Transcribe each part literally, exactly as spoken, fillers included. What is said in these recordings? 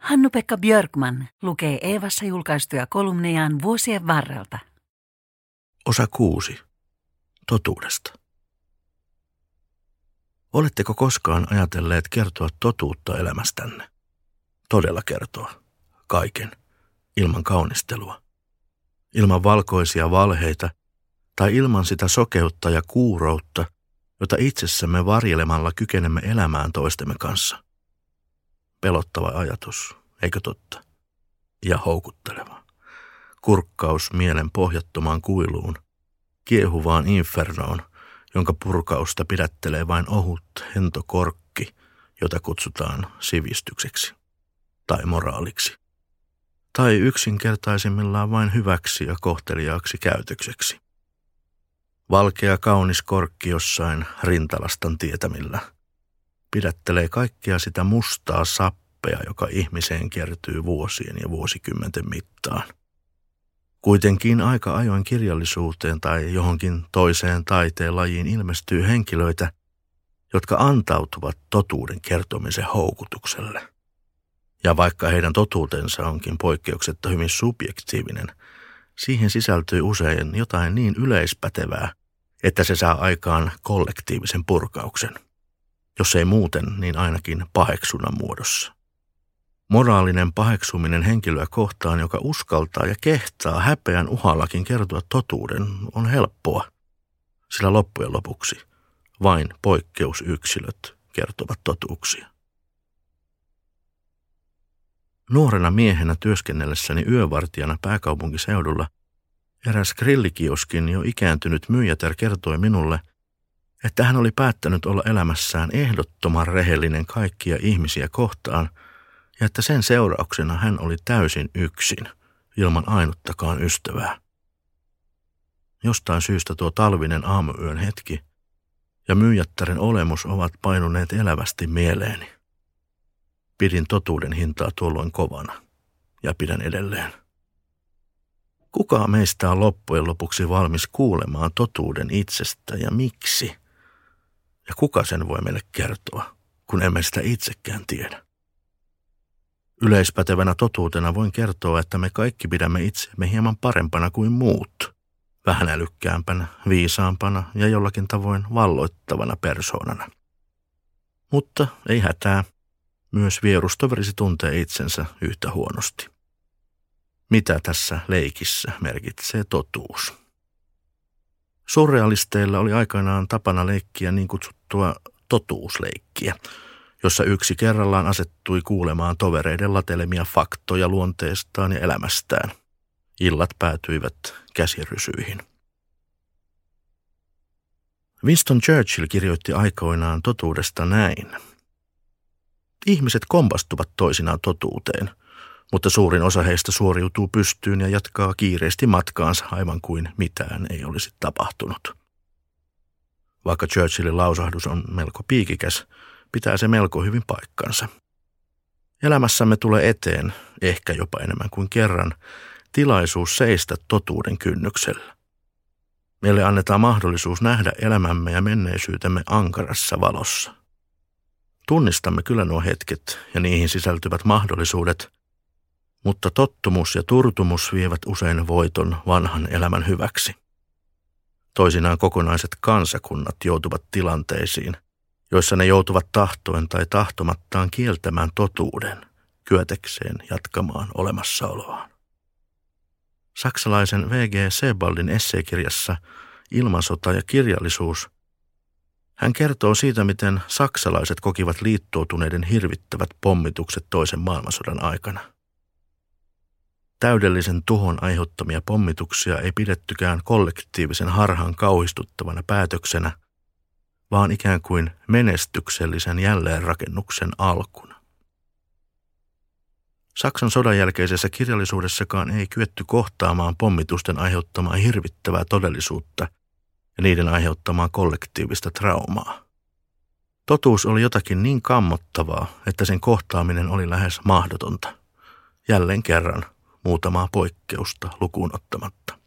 Hannu-Pekka Björkman lukee Eevassa julkaistuja kolumnejaan vuosien varrelta. Osa kuusi. Totuudesta. Oletteko koskaan ajatelleet kertoa totuutta elämästänne? Todella kertoa. Kaiken. Ilman kaunistelua. Ilman valkoisia valheita tai ilman sitä sokeutta ja kuuroutta, jota itsessämme varjelemalla kykenemme elämään toistemme kanssa. Pelottava ajatus, eikö totta? Ja houkutteleva. Kurkkaus mielen pohjattomaan kuiluun, kiehuvaan infernoon, jonka purkausta pidättelee vain ohut, hento korkki, jota kutsutaan sivistykseksi tai moraaliksi. Tai yksinkertaisimmillaan vain hyväksi ja kohteliaaksi käytökseksi. Valkea kaunis korkki jossain rintalastan tietämillä pidättelee kaikkea sitä mustaa sappea, joka ihmiseen kertyy vuosien ja vuosikymmenten mittaan. Kuitenkin aika ajoin kirjallisuuteen tai johonkin toiseen taiteen lajiin ilmestyy henkilöitä, jotka antautuvat totuuden kertomisen houkutukselle. Ja vaikka heidän totuutensa onkin poikkeuksetta hyvin subjektiivinen, siihen sisältyy usein jotain niin yleispätevää, että se saa aikaan kollektiivisen purkauksen. Jos ei muuten, niin ainakin paheksunnan muodossa. Moraalinen paheksuminen henkilöä kohtaan, joka uskaltaa ja kehtaa häpeän uhallakin kertoa totuuden, on helppoa, sillä loppujen lopuksi vain poikkeusyksilöt kertovat totuuksia. Nuorena miehenä työskennellessäni yövartijana pääkaupunkiseudulla eräs grillikioskin jo ikääntynyt myyjätär kertoi minulle, että hän oli päättänyt olla elämässään ehdottoman rehellinen kaikkia ihmisiä kohtaan ja että sen seurauksena hän oli täysin yksin, ilman ainuttakaan ystävää. Jostain syystä tuo talvinen aamuyön hetki ja myyjättären olemus ovat painuneet elävästi mieleeni. Pidin totuuden hintaa tuolloin kovana ja pidän edelleen. Kuka meistä on loppujen lopuksi valmis kuulemaan totuuden itsestä ja miksi? Ja kuka sen voi meille kertoa, kun emme sitä itsekään tiedä? Yleispätevänä totuutena voin kertoa, että me kaikki pidämme itseämme hieman parempana kuin muut, vähän älykkäämpänä, viisaampana ja jollakin tavoin valloittavana persoonana. Mutta ei hätää, myös vierustoverisi tuntee itsensä yhtä huonosti. Mitä tässä leikissä merkitsee totuus? Surrealisteilla oli aikanaan tapana leikkiä niin kutsuttua totuusleikkiä, jossa yksi kerrallaan asettui kuulemaan tovereiden latelemia faktoja luonteestaan ja elämästään. Illat päätyivät käsirysyihin. Winston Churchill kirjoitti aikoinaan totuudesta näin. Ihmiset kompastuvat toisinaan totuuteen, mutta suurin osa heistä suoriutuu pystyyn ja jatkaa kiireesti matkaansa aivan kuin mitään ei olisi tapahtunut. Vaikka Churchillin lausahdus on melko piikikäs, pitää se melko hyvin paikkansa. Elämässämme tulee eteen, ehkä jopa enemmän kuin kerran, tilaisuus seistä totuuden kynnyksellä. Meille annetaan mahdollisuus nähdä elämämme ja menneisyytemme ankarassa valossa. Tunnistamme kyllä nuo hetket ja niihin sisältyvät mahdollisuudet, mutta tottumus ja turtumus vievät usein voiton vanhan elämän hyväksi. Toisinaan kokonaiset kansakunnat joutuvat tilanteisiin, joissa ne joutuvat tahtoen tai tahtomattaan kieltämään totuuden, kyetäkseen jatkamaan olemassaoloaan. Saksalaisen V G Sebaldin esseekirjassa Ilmansota ja kirjallisuus hän kertoo siitä, miten saksalaiset kokivat liittoutuneiden hirvittävät pommitukset toisen maailmansodan aikana. Täydellisen tuhon aiheuttamia pommituksia ei pidettykään kollektiivisen harhan kauhistuttavana päätöksenä, vaan ikään kuin menestyksellisen jälleenrakennuksen alkuna. Saksan sodan jälkeisessä kirjallisuudessakaan ei kyetty kohtaamaan pommitusten aiheuttamaa hirvittävää todellisuutta ja niiden aiheuttamaa kollektiivista traumaa. Totuus oli jotakin niin kammottavaa, että sen kohtaaminen oli lähes mahdotonta. Jälleen kerran muutamaa poikkeusta lukuun ottamatta.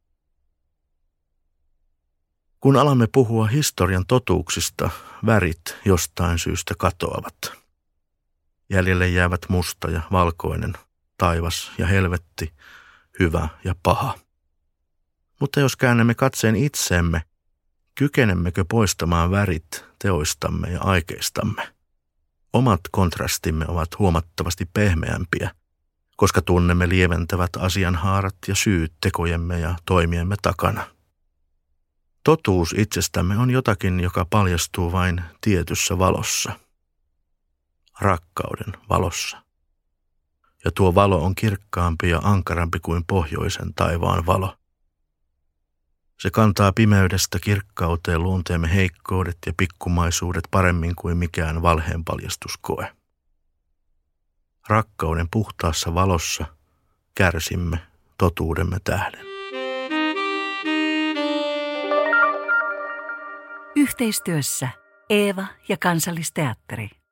Kun alamme puhua historian totuuksista, värit jostain syystä katoavat. Jäljelle jäävät musta ja valkoinen, taivas ja helvetti, hyvä ja paha. Mutta jos käännämme katseen itseemme, kykenemmekö poistamaan värit teoistamme ja aikeistamme? Omat kontrastimme ovat huomattavasti pehmeämpiä, koska tunnemme lieventävät asianhaarat ja syyt tekojemme ja toimiemme takana. Totuus itsestämme on jotakin, joka paljastuu vain tietyssä valossa. Rakkauden valossa. Ja tuo valo on kirkkaampi ja ankarampi kuin pohjoisen taivaan valo. Se kantaa pimeydestä kirkkauteen luonteemme heikkoudet ja pikkumaisuudet paremmin kuin mikään valheen paljastuskoe. Rakkauden puhtaassa valossa kärsimme totuudemme tähden. Yhteistyössä Eeva ja Kansallisteatteri.